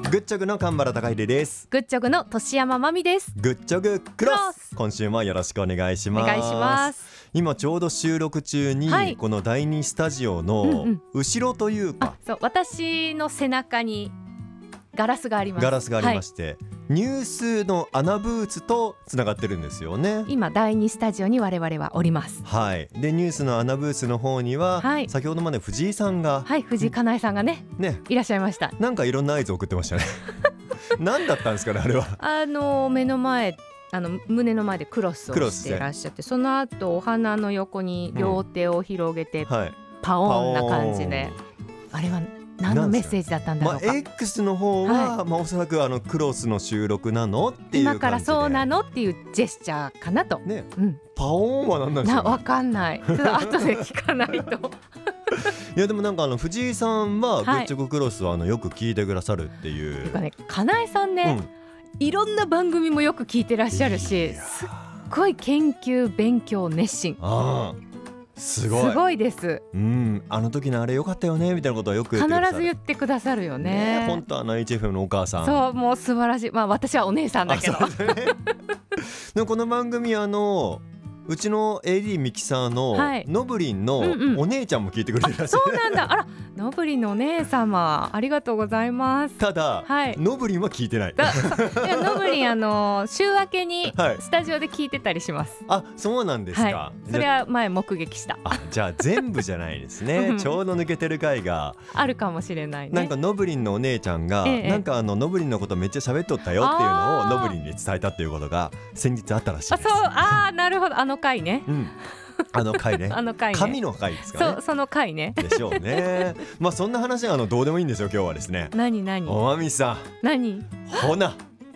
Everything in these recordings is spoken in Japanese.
グッチョグの神原孝秀です。 グッチョグの年山まみです。 グッチョグクロス、今週もよろしくお願いします。 お願いします。 今ちょうど収録中に、 はい、 この第2スタジオの後ろというか、 そう私の背中にガラスがあります。 ガラスがありまして、はい、ニュースのアナブーツとつながってるんですよね。 今第2スタジオに我々はおります。 はい。でニュースのアナブーツの方には、 はい、 先ほどまで藤井さんが、 はい、藤井かなえさんがねいらっしゃいました。 なんかいろんな合図を送ってましたね。何だったんですかねあれは。 目の前胸の前でクロスをしていらっしゃって、その後お鼻の横に両手を広げて、はい、パオンな感じで、あれは何のメッセージだったんだろうか。 X の方は、おそらくクロスの収録なのっていう感じで、 今からそうなのっていうジェスチャーかなと、ね、 パオンは何なんでしょうね。 分かんない。ちょっと後で聞かないと。 いやでもなんか藤井さんはグッチョグクロスはよく聞いてくださるっていう。 ていうかね、かなえさんね、いろんな番組もよく聞いてらっしゃるし、すっごい研究勉強熱心。すごいです。 あの時のあれ良かったよねみたいなことはよく言ってくださる。 必ず言ってくださるよね。 本当HFM のお母さん。 そう、もう素晴らしい。私はお姉さんだけど。 でもこの番組うちの AD ミキサーのノブリンのお姉ちゃんも聞いてくれてるらしい。 そうなんだ。あら、ノブリンのお姉様ありがとうございます。 ただ、ノブリンは聞いてない。 いや、ノブリン週明けにスタジオで聞いてたりします。 あ、そうなんですか。 それは前目撃した。 じゃあ全部じゃないですね。ちょうど抜けてる回があるかもしれないね。 なんかノブリンのお姉ちゃんが、なんかノブリンのことめっちゃ喋っとったよっていうのをノブリンに伝えたっていうことが先日あったらしいです。 なるほど。回ね。 あの回ね。神の回ですかね。 その回ね。 でしょうね。そんな話はどうでもいいんですよ今日はですね。 何おまみさん。 何。 ほな。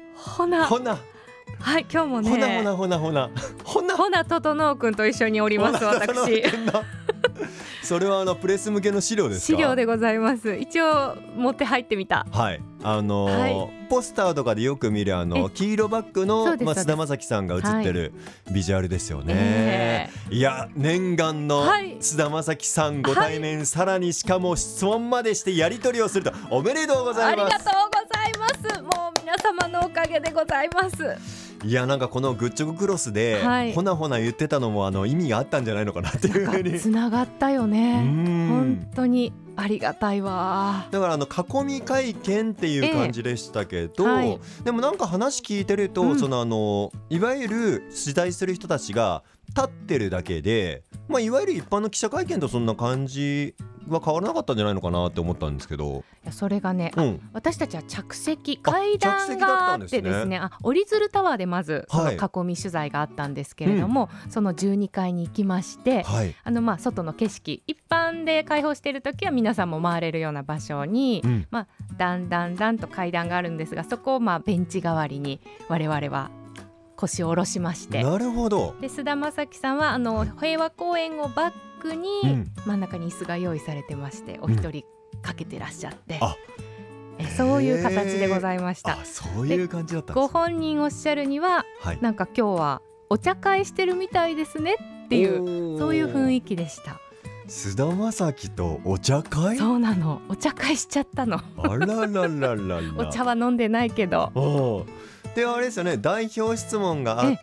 はい、今日もね。ほなととのうくんと一緒におります私。 それはプレス向けの資料ですか。 資料でございます。一応持って入ってみた。 はい。ポスターとかでよく見る黄色バッグの菅田将暉さんが写ってるビジュアルですよね。いや、念願の菅田将暉さんご対面、さらにしかも質問までしてやり取りをすると、おめでとうございます。 ありがとうございます。もう皆様のおかげでございます。 いや、なんかこのグッチョグクロスで、ほなほな言ってたのも意味があったんじゃないのかなっていうふうにつながったよね。本当にありがたいわ。 だから囲み会見っていう感じでしたけど、でもなんか話聞いてると、いわゆる取材する人たちが立ってるだけで、いわゆる一般の記者会見とそんな感じは変わらなかったんじゃないのかなって思ったんですけど。 それがね、私たちは着席階段があってですね、折り鶴タワーでまずその囲み取材があったんですけれども、その12階に行きまして、外の景色、一般で開放している時は皆さんも回れるような場所に、だんだんと階段があるんですが、そこをベンチ代わりに我々は腰を下ろしまして。 なるほど。 で、菅田将暉さんは平和公園をバックに真ん中に椅子が用意されてまして、お一人かけてらっしゃって、そういう形でございました。 そういう感じだったんです。 ご本人おっしゃるには、なんか今日はお茶会してるみたいですねっていう、そういう雰囲気でした。 菅田将暉とお茶会。 そうなの、お茶会しちゃったの。 あららららら。 お茶は飲んでないけど。 で、あれですよね、代表質問があって、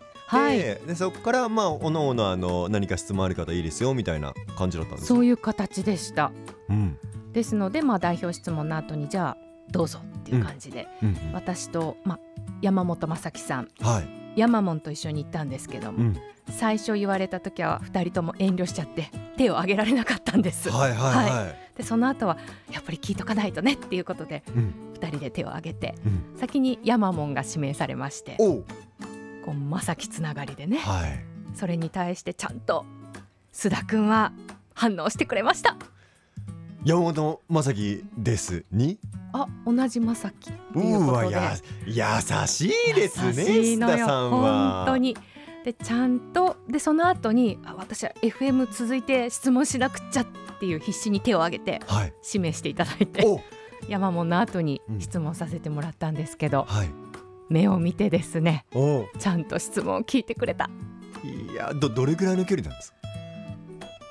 でそこからおのおの何か質問ある方いいですよみたいな感じだったんです。 そういう形でした。ですので、代表質問の後にじゃあどうぞっていう感じで、私と、山本昌暉さん、ヤマモンと一緒に行ったんですけども、最初言われた時は2人とも遠慮しちゃって手を挙げられなかったんです。で、その後はやっぱり聞いとかないとねっていうことで、2人で手を挙げて、先にヤマモンが指名されまして、こう正樹つながりでね、それに対してちゃんと須田くんは反応してくれました。 山本昌暉ですに、 同じ正樹っていうことで、 優しいですね、須田さんは。 本当に。で、ちゃんと、でその後に私は FM 続いて質問しなくっちゃっていう、必死に手を挙げて指名していただいて、山門の後に質問させてもらったんですけど、目を見てですね、ちゃんと質問を聞いてくれた。 いや、どれぐらいの距離なんですか。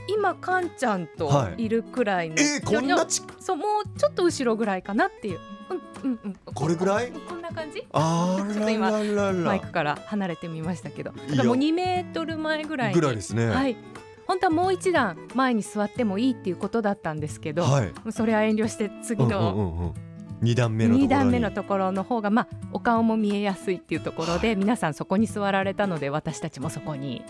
今カンちゃんといるくらいの、 こんなそうもうちょっと後ろぐらいかなっていう、 これぐらいこんな感じ。ちょっと今マイクから離れてみましたけど、もう2メートル前ぐらいにですね。 はい、本当はもう一段前に座ってもいいっていうことだったんですけど、それは遠慮して次の 2段目のところの方が、お顔も見えやすいっていうところで、皆さんそこに座られたので、私たちもそこに。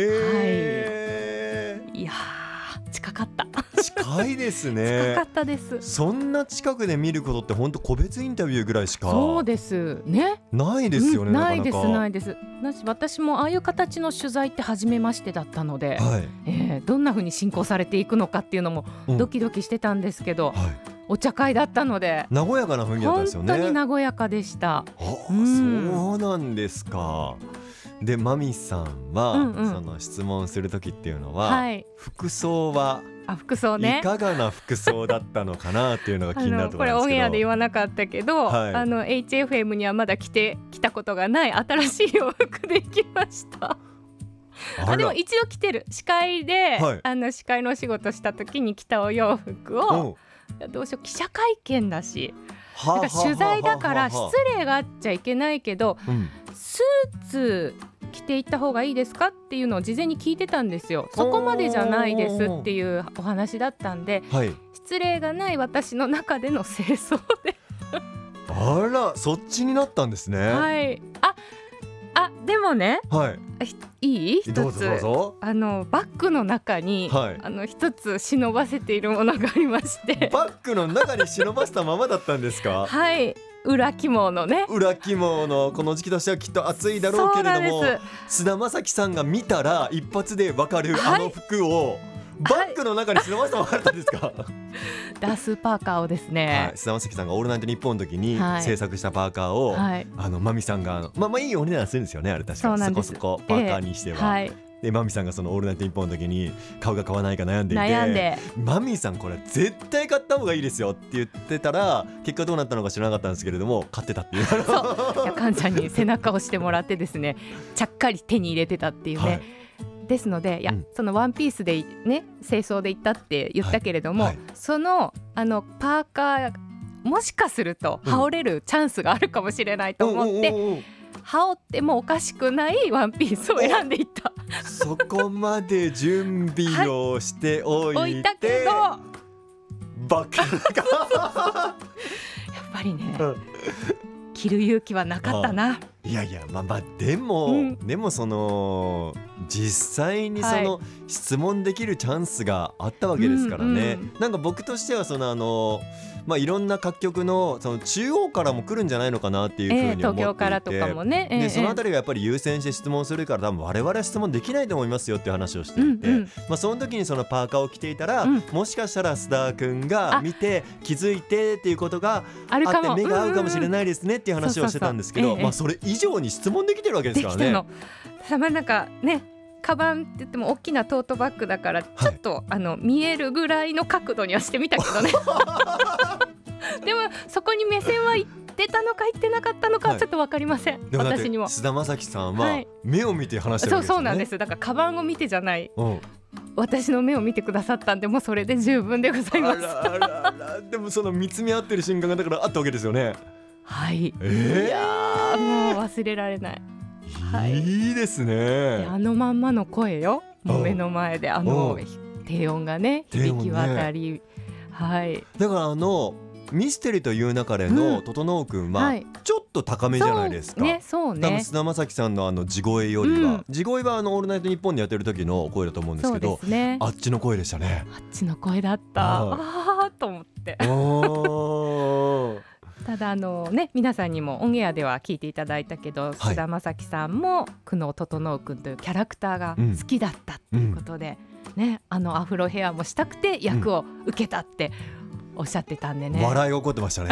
いや近かった。 近いですね。 近かったです。 そんな近くで見ることって本当個別インタビューぐらいしかそうですね、 ないですよね。 ないです。私もああいう形の取材って初めましてだったので、どんな風に進行されていくのかっていうのもドキドキしてたんですけど、お茶会だったので和やかな雰囲気だったんですよね。 本当に和やかでした。 そうなんですか。でマミさんは、その質問する時っていうのは、服装はね、いかがな服装だったのかなっていうのが気になるところなんですけど、 これオンエアで言わなかったけど、HFM にはまだ着たことがない新しい洋服で行きました。でも一度着てる、司会で、司会のお仕事した時に着たお洋服を、どうしよう、記者会見だし、なんか取材だから失礼があっちゃいけないけど、スーツ着ていった方がいいですかっていうのを事前に聞いてたんですよ。そこまでじゃないですっていうお話だったんで、失礼がない私の中での清掃であら、そっちになったんですね。 でもね、いい一つ、 どうぞ。 バッグの中に、一つ忍ばせているものがありまして。 バッグの中に忍ばせたままだったんですか？ はい、裏起毛のね、 裏起毛のこの時期としてはきっと暑いだろうけれども、菅田将暉さんが見たら一発でわかるあの服をバッグの中に忍ばせたままだったんですか？ ダースパーカーをですね、 菅田将暉さんがオールナイトニッポンの時に制作したパーカーを、マミさんがいいお値段するんですよね、あれ確かそこそこパーカーにしては。でマミさんがそのオールナイトニッポンの時に買うか買わないか悩んでいて、マミさんこれ絶対買った方がいいですよって言ってたら、結果どうなったのか知らなかったんですけれども、買ってたっていう。 カンちゃんに背中を押してもらってですね、ちゃっかり手に入れてたっていうね、ですので、そのワンピースでね清掃で行ったって言ったけれども、そのパーカーもしかすると羽織れるチャンスがあるかもしれないと思って、羽織ってもおかしくないワンピースを選んでいった。 そこまで準備をしておいて、 けどバカやっぱりね、着る勇気はなかったな。 いやでもその実際にその質問できるチャンスがあったわけですからね。なんか僕としてはそのいろんな各局のその中央からも来るんじゃないのかなっていうふうに思っていて、 東京からとかもね、 でそのあたりがやっぱり優先して質問するから、多分我々は質問できないと思いますよっていう話をしていて、その時にそのパーカーを着ていたら、もしかしたら須田君が見て気づいてっていうことがあって目が合うかもしれないですねっていう話をしてたんですけど、それ以上に質問できてるわけですからね。 なんかね、カバンって言っても大きなトートバッグだからちょっと、見えるぐらいの角度にはしてみたけどね。でもそこに目線は行ってたのか行ってなかったのかちょっと分かりません。 でも私にも菅田将暉さんは目を見て話してるわけですよね。 そうなんです。だからカバンを見てじゃない、私の目を見てくださったんで、もうそれで十分でございます。 でもその見つめ合ってる瞬間がだからあったわけですよね。 いやもう忘れられない。 いいですね。 あのまんまの声よ、もう目の前で低音がね響き渡り、 だからミステリという中での整くんはちょっと高めじゃないですか。 そうね。 菅田将暉さんの地声よりは、地声はオールナイトニッポンでやってる時の声だと思うんですけど、あっちの声でしたね。 あっちの声だった。と思って。ただ皆さんにもオンエアでは聞いていただいたけど、菅田将暉さんも久能整君というキャラクターが好きだったっていうことで、アフロヘアもしたくて役を受けたっておっしゃってたんでね、 笑いが起こってましたね。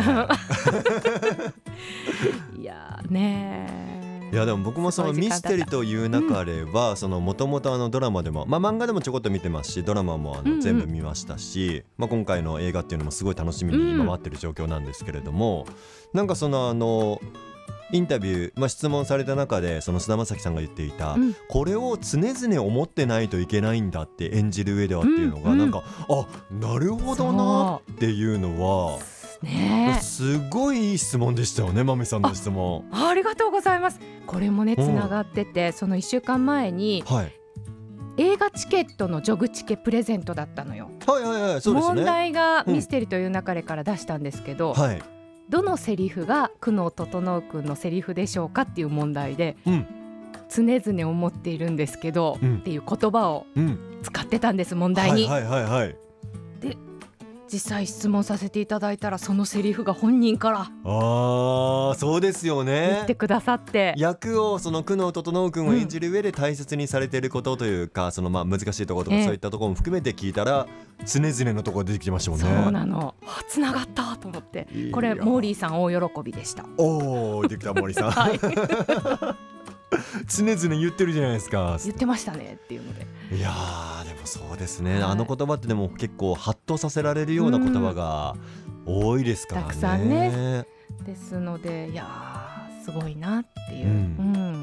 いやでも僕もそのミステリという中ではもともとドラマでも、漫画でもちょこっと見てますし、ドラマも全部見ましたし、今回の映画っていうのもすごい楽しみに今待ってる状況なんですけれども、なんかインタビュー、質問された中でその菅田将暉さんが言っていた、これを常々思ってないといけないんだって演じる上ではっていうのが、なんかなるほどなっていうのはね、すごいいい質問でしたよね、まみさんの質問。 ありがとうございます。これもねつながってて、その1週間前に、映画チケットのジョグチケプレゼントだったのよ。 そうですね。 問題がミステリという流れから出したんですけど、どのセリフが久能整くんのセリフでしょうかっていう問題で、常々思っているんですけど、っていう言葉を使ってたんです、問題に。で実際質問させていただいたら、そのセリフが本人からそうですよね、 言ってくださって、 役をその久能整君を演じる上で大切にされていることというか、その難しいところとかそういったところも含めて聞いたら、常々のところ出てきてましたもんね。 そうなの、つながったと思って、これモーリーさん大喜びでした。 出てきたモーリーさん、常々言ってるじゃないですか。 言ってましたねっていうので、 いやでもそうですね、あの言葉ってでも結構ハッとさせられるような言葉が多いですからね。 たくさんね。ですので、いやすごいなっていう、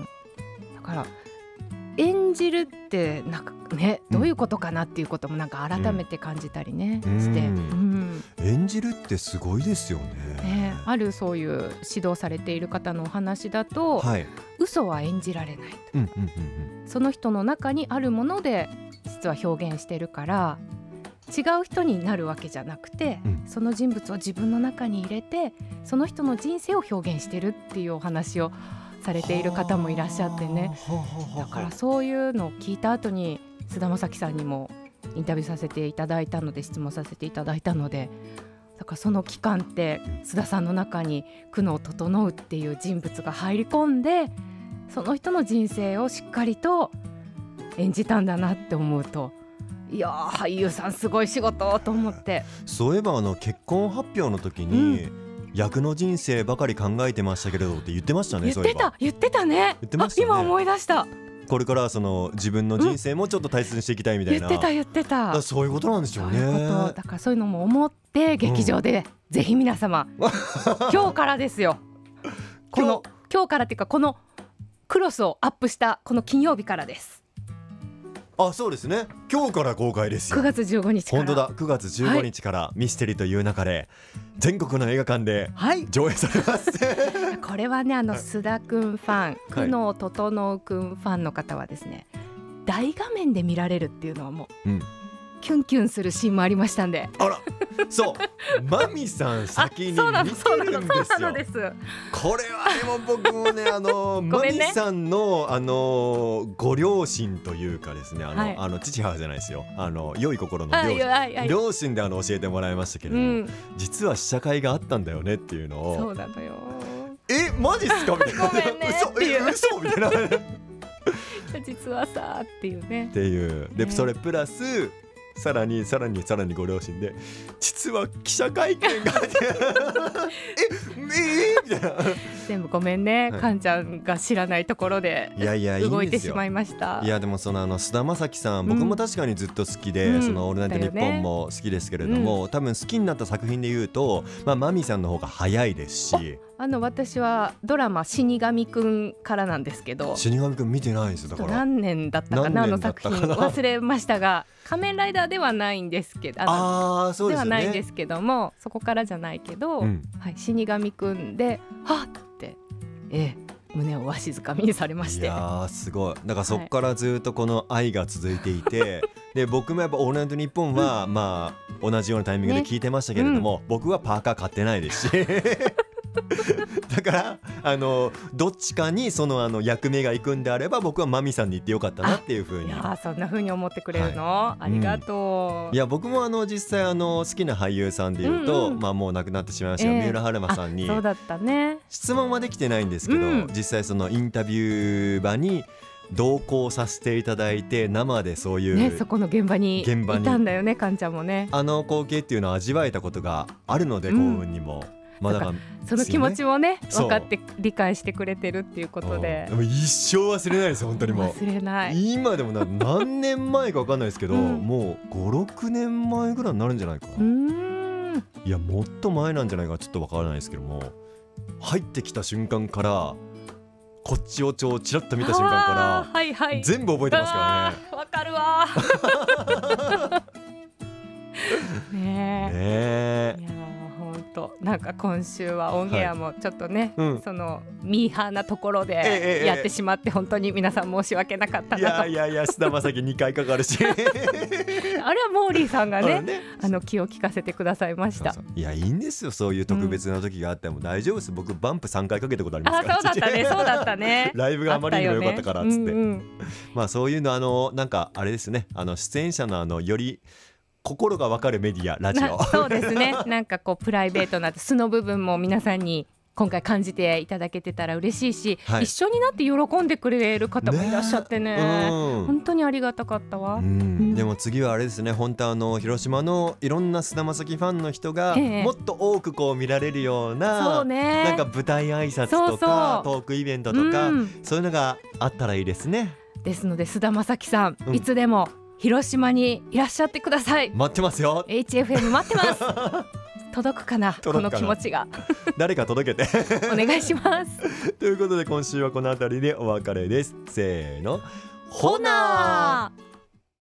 だから演じるってなんかね、どういうことかなっていうこともなんか改めて感じたりね、して、 演じるってすごいですよね。 あるそういう指導されている方のお話だと、嘘は演じられないと、その人の中にあるもので実は表現してるから、違う人になるわけじゃなくて、その人物を自分の中に入れて、その人の人生を表現してるっていうお話をされている方もいらっしゃってね。だからそういうのを聞いた後に菅田将暉さんにもインタビューさせていただいたので、質問させていただいたので、だからその期間って菅田さんの中に久能整っていう人物が入り込んで、その人の人生をしっかりと演じたんだなって思うと、いや俳優さんすごい仕事と思って。 そういえば結婚発表の時に、役の人生ばかり考えてましたけれどって言ってましたね。 言ってたね。今思い出した。 これからその自分の人生もちょっと大切にしていきたいみたいな、 言ってた。 そういうことなんでしょうね。 だからそういうのも思って劇場で、ぜひ皆様今日からですよ。今日からっていうか、このクロスをアップしたこの金曜日からです。 そうですね、今日から公開ですよ。 9月15日から。 本当だ、9月15日からミステリという中で全国の映画館で上映されます、 これはね、須田くんファン、久能整くんファンの方はですね、大画面で見られるっていうのはもう、キュンキュンするシーンもありましたんで。 そうマミさん先に見てるんですよ。これはでも僕もねマミさんのご両親というかですね、父母じゃないですよ、良い心の両親で教えてもらいましたけれども、実は試写会があったんだよねっていうのを。 そうなのよ。 マジっすかみたいな。 ごめんねっていう。 嘘みたいな。 実はさっていうね。 っていうで、それプラスさらにご両親で、実は記者会見がみたいな。 全部ごめんね、かんちゃんが知らないところで動いてしまいました。 いやでも菅田将暉さん、僕も確かにずっと好きで、そのオールナイトニッポンも好きですけれども、多分好きになった作品で言うと、マミさんの方が早いですし、 私はドラマ死神くんからなんですけど、 死神くん見てないんですよ。だから何年だったかな、作品忘れましたが、仮面ライダーではないんですけど、 そうですよね、 ではないんですけども、そこからじゃないけど、死神くんではっって、胸をわしづかみにされまして。いやすごい。だからそこからずっとこの愛が続いていて、で僕もやっぱオールナイトニッポンは、同じようなタイミングで聞いてましたけれども、僕はパーカー買ってないですしだからどっちかにその役目が行くんであれば、僕はマミさんに言ってよかったなっていう風に。いやそんな風に思ってくれるの、ありがとう。 いや僕も実際好きな俳優さんでいうと、もう亡くなってしまいました三浦春馬さんに、 そうだったね、 質問はできてないんですけど、実際そのインタビュー場に同行させていただいて、生でそういう、 そこの現場にいたんだよね、かんちゃんもね。 光景っていうのを味わえたことがあるので、幸運にも。だからその気持ちもね、分かって理解してくれてるっていうことで、 でも一生忘れないですよ、本当に。もう忘れない。 今でも何年前か分かんないですけど、もう 5,6 年前ぐらいになるんじゃないかな。いやもっと前なんじゃないか、ちょっと分からないですけども、 入ってきた瞬間からこっちをちらっと見た瞬間から、はいはい、全部覚えてますからね。 わかるわねえ、いや本当なんか今週はオンエアもちょっとね、はい、そのミーハーなところでやってしまって本当に皆さん申し訳なかったなと。 いや菅田将暉2回かかるしあれはモーリーさんがね気を利かせてくださいました。 いやいいんですよ、そういう特別な時があっても大丈夫です。僕バンプ3回かけたことありますから。 そうだったねライブがあまりにも良かったからっつって、まあそういうのなんかあれですね、出演者のより心が分かるメディアラジオそうですね、なんかこうプライベートな素の部分も皆さんに今回感じていただけてたら嬉しいし、はい、一緒になって喜んでくれる方もいらっしゃってね、本当にありがたかったわ。 でも次はあれですね、本当広島のいろんな菅田将暉ファンの人がもっと多くこう見られるような、そうね、なんか舞台挨拶とかトークイベントとか、そういうのがあったらいいですね。 ですので菅田将暉さん、いつでも広島にいらっしゃってください。 待ってますよ。 HFM 待ってます届くかなこの気持ちが誰か届けてお願いしますということで今週はこのあたりでお別れです。せーの、 ほなー。